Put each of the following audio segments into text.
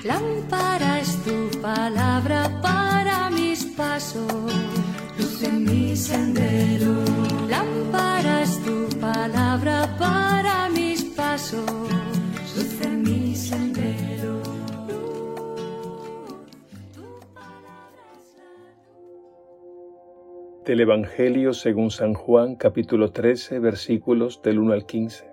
Lámpara es tu palabra para mis pasos, luz en mi sendero. Lámpara es tu palabra para mis pasos, luz en mi sendero. Del Evangelio según San Juan, capítulo 13, versículos del 1 al 15.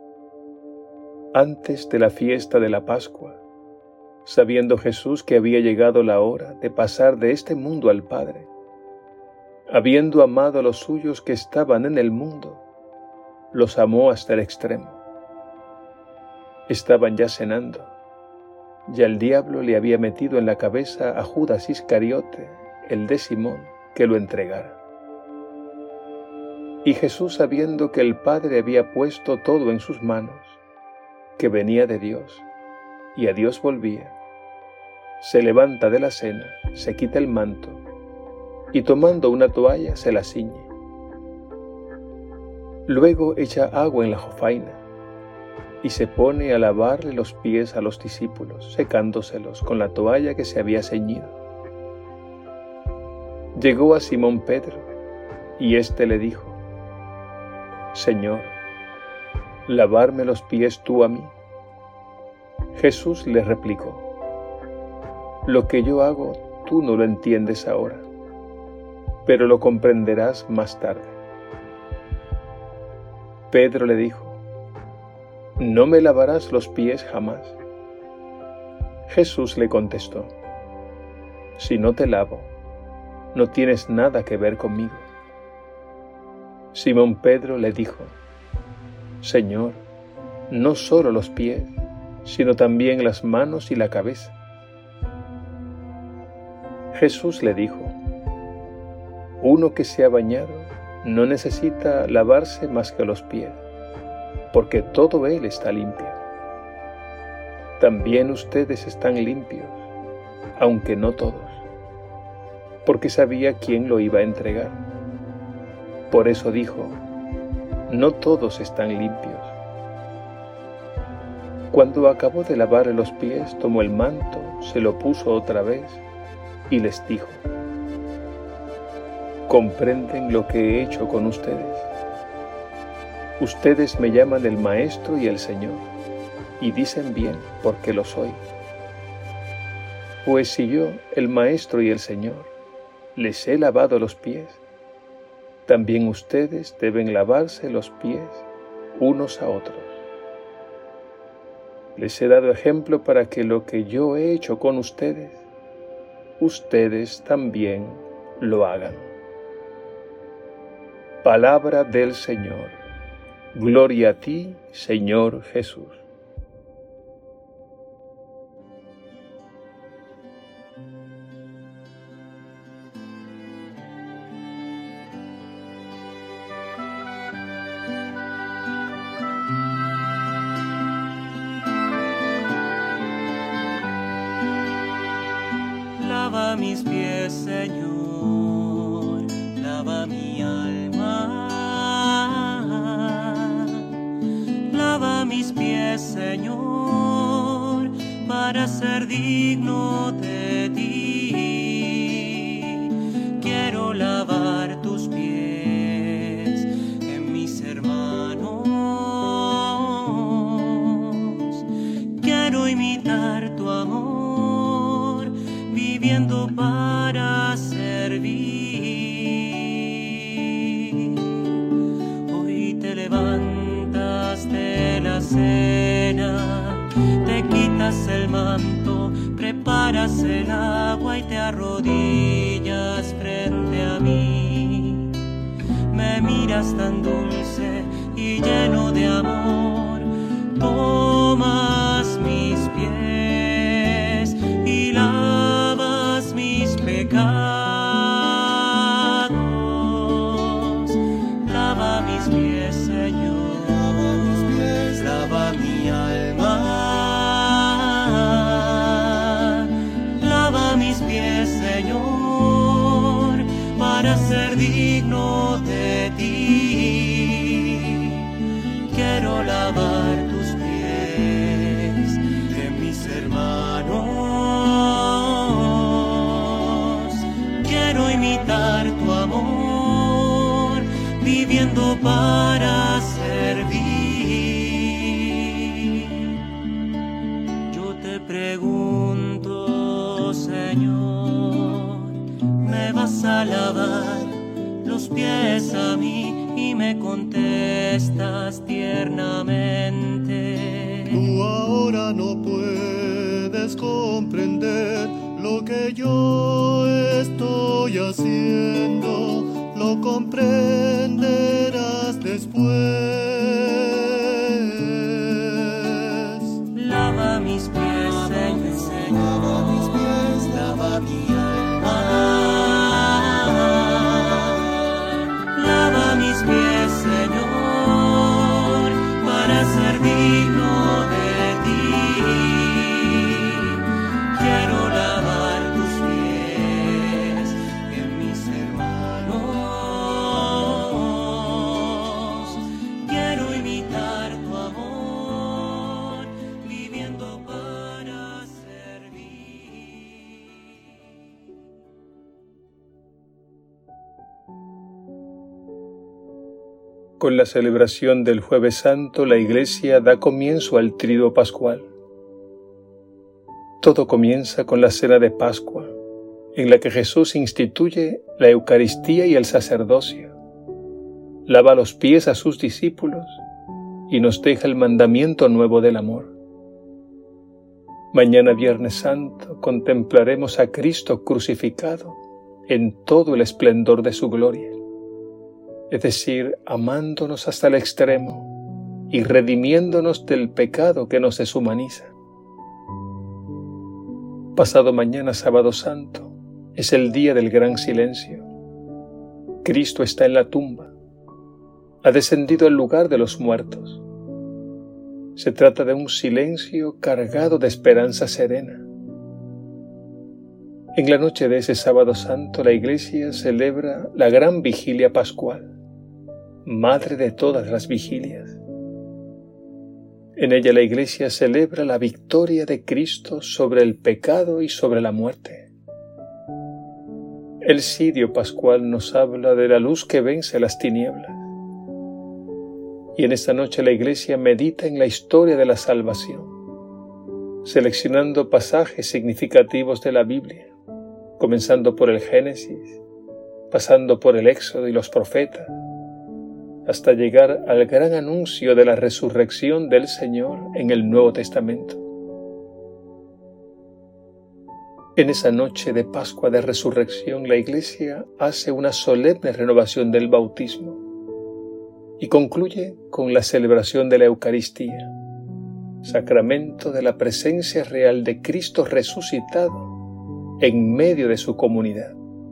Antes de la fiesta de la Pascua, sabiendo Jesús que había llegado la hora de pasar de este mundo al Padre, habiendo amado a los suyos que estaban en el mundo, los amó hasta el extremo. Estaban ya cenando. Ya el diablo le había metido en la cabeza a Judas Iscariote, el de Simón, que lo entregara. Y Jesús, sabiendo que el Padre había puesto todo en sus manos, que venía de Dios y a Dios volvía, se levanta de la cena, se quita el manto y tomando una toalla se la ciñe. Luego echa agua en la jofaina y se pone a lavarle los pies a los discípulos, secándoselos con la toalla que se había ceñido. Llegó a Simón Pedro y éste le dijo: Señor, ¿lavarme los pies tú a mí? Jesús le replicó: Lo que yo hago tú no lo entiendes ahora, pero lo comprenderás más tarde. Pedro le dijo: No me lavarás los pies jamás. Jesús le contestó: Si no te lavo, no tienes nada que ver conmigo. Simón Pedro le dijo: Señor, no solo los pies, sino también las manos y la cabeza. Jesús le dijo: Uno que se ha bañado no necesita lavarse más que los pies, porque todo él está limpio. También ustedes están limpios, aunque no todos, porque sabía quién lo iba a entregar. Por eso dijo: No todos están limpios. Cuando acabó de lavarle los pies, tomó el manto, se lo puso otra vez y les dijo: ¿Comprenden lo que he hecho con ustedes? Ustedes me llaman el Maestro y el Señor, y dicen bien, porque lo soy. Pues si yo, el Maestro y el Señor, les he lavado los pies, también ustedes deben lavarse los pies unos a otros. Les he dado ejemplo para que lo que yo he hecho con ustedes, ustedes también lo hagan. Palabra del Señor. Gloria a ti, Señor Jesús. Lava mis pies, Señor, lava mi alma. Lava mis pies, Señor, para ser digno de ti. Quiero lavar tus pies en mis hermanos. Quiero imitar tu amor, viviendo para servir. Hoy te levantas de la cena, te quitas el manto, preparas el agua y te arrodillas frente a mí. Me miras tan dulce y lleno de amor, tomas mis pies y lavas mis pecados. Lava mis pies, Señor, lava mi alma. Lava mis pies, Señor, para ser digno de ti. Quiero lavar tus pies de mis hermanos. viviendo para servir. Yo te pregunto, Señor, ¿me vas a lavar los pies a mí? Y me contestas tiernamente. Tú ahora no puedes comprender lo que yo estoy haciendo, lo comprenderás después. Lava mis pies, Señor, lava mis pies, lava mi alma. Lava mis pies, Señor, para ser digno de ti. Quiero lavar tus pies en mis hermanos. Quiero imitar tu amor, viviendo para servir. Con la celebración del Jueves Santo, la Iglesia da comienzo al Triduo Pascual. Todo comienza con la cena de Pascua, en la que Jesús instituye la Eucaristía y el sacerdocio, lava los pies a sus discípulos y nos deja el mandamiento nuevo del amor. Mañana, Viernes Santo, contemplaremos a Cristo crucificado en todo el esplendor de su gloria, es decir, amándonos hasta el extremo y redimiéndonos del pecado que nos deshumaniza. Pasado mañana, Sábado Santo, es el día del gran silencio. Cristo está en la tumba, ha descendido al lugar de los muertos. Se trata de un silencio cargado de esperanza serena. En la noche de ese Sábado Santo, la Iglesia celebra la gran vigilia pascual, madre de todas las vigilias. En ella la Iglesia celebra la victoria de Cristo sobre el pecado y sobre la muerte. El cirio pascual nos habla de la luz que vence las tinieblas. Y en esta noche la Iglesia medita en la historia de la salvación, seleccionando pasajes significativos de la Biblia, comenzando por el Génesis, pasando por el Éxodo y los profetas, hasta llegar al gran anuncio de la resurrección del Señor en el Nuevo Testamento. En esa noche de Pascua de Resurrección, la Iglesia hace una solemne renovación del bautismo y concluye con la celebración de la Eucaristía, sacramento de la presencia real de Cristo resucitado en medio de su comunidad.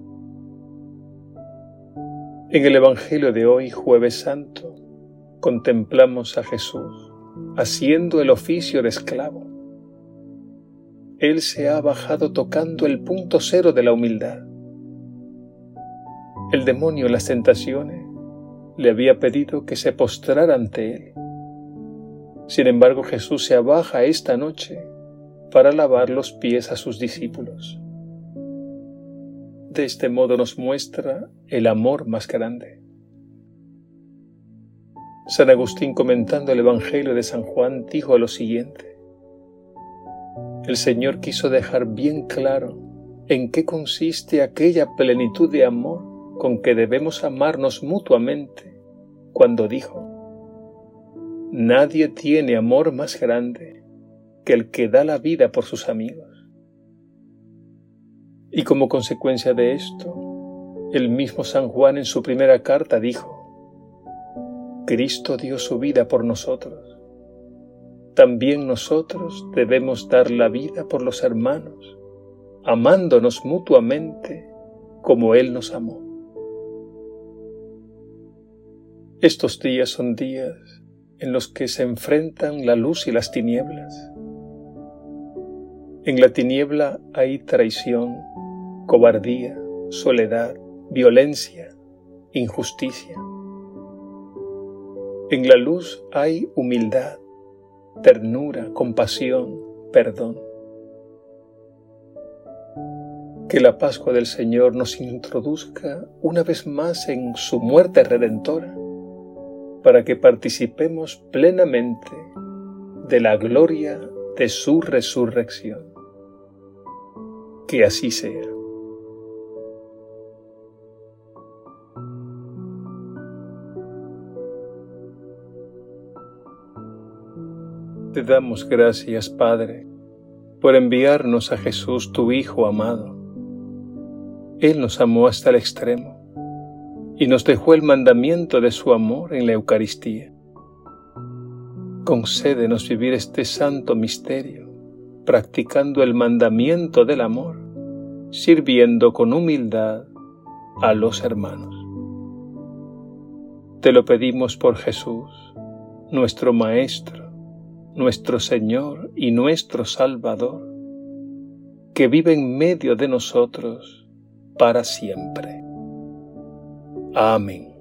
En el Evangelio de hoy, Jueves Santo, contemplamos a Jesús haciendo el oficio de esclavo. Él se ha bajado tocando el punto cero de la humildad. El demonio en las tentaciones le había pedido que se postrara ante él. Sin embargo, Jesús se abaja esta noche para lavar los pies a sus discípulos. De este modo nos muestra el amor más grande. San Agustín, comentando el Evangelio de San Juan, dijo lo siguiente: el Señor quiso dejar bien claro en qué consiste aquella plenitud de amor con que debemos amarnos mutuamente, cuando dijo: nadie tiene amor más grande que el que da la vida por sus amigos. Y como consecuencia de esto, el mismo San Juan en su primera carta dijo: Cristo dio su vida por nosotros. También nosotros debemos dar la vida por los hermanos, amándonos mutuamente como Él nos amó. Estos días son días en los que se enfrentan la luz y las tinieblas. En la tiniebla hay traición, cobardía, soledad, violencia, injusticia. En la luz hay humildad, ternura, compasión, perdón. Que la Pascua del Señor nos introduzca una vez más en su muerte redentora para que participemos plenamente de la gloria de su resurrección. Que así sea. Te damos gracias, Padre, por enviarnos a Jesús, tu Hijo amado. Él nos amó hasta el extremo y nos dejó el mandamiento de su amor en la Eucaristía. Concédenos vivir este santo misterio, practicando el mandamiento del amor, sirviendo con humildad a los hermanos. Te lo pedimos por Jesús, nuestro Maestro, nuestro Señor y nuestro Salvador, que vive en medio de nosotros para siempre. Amén.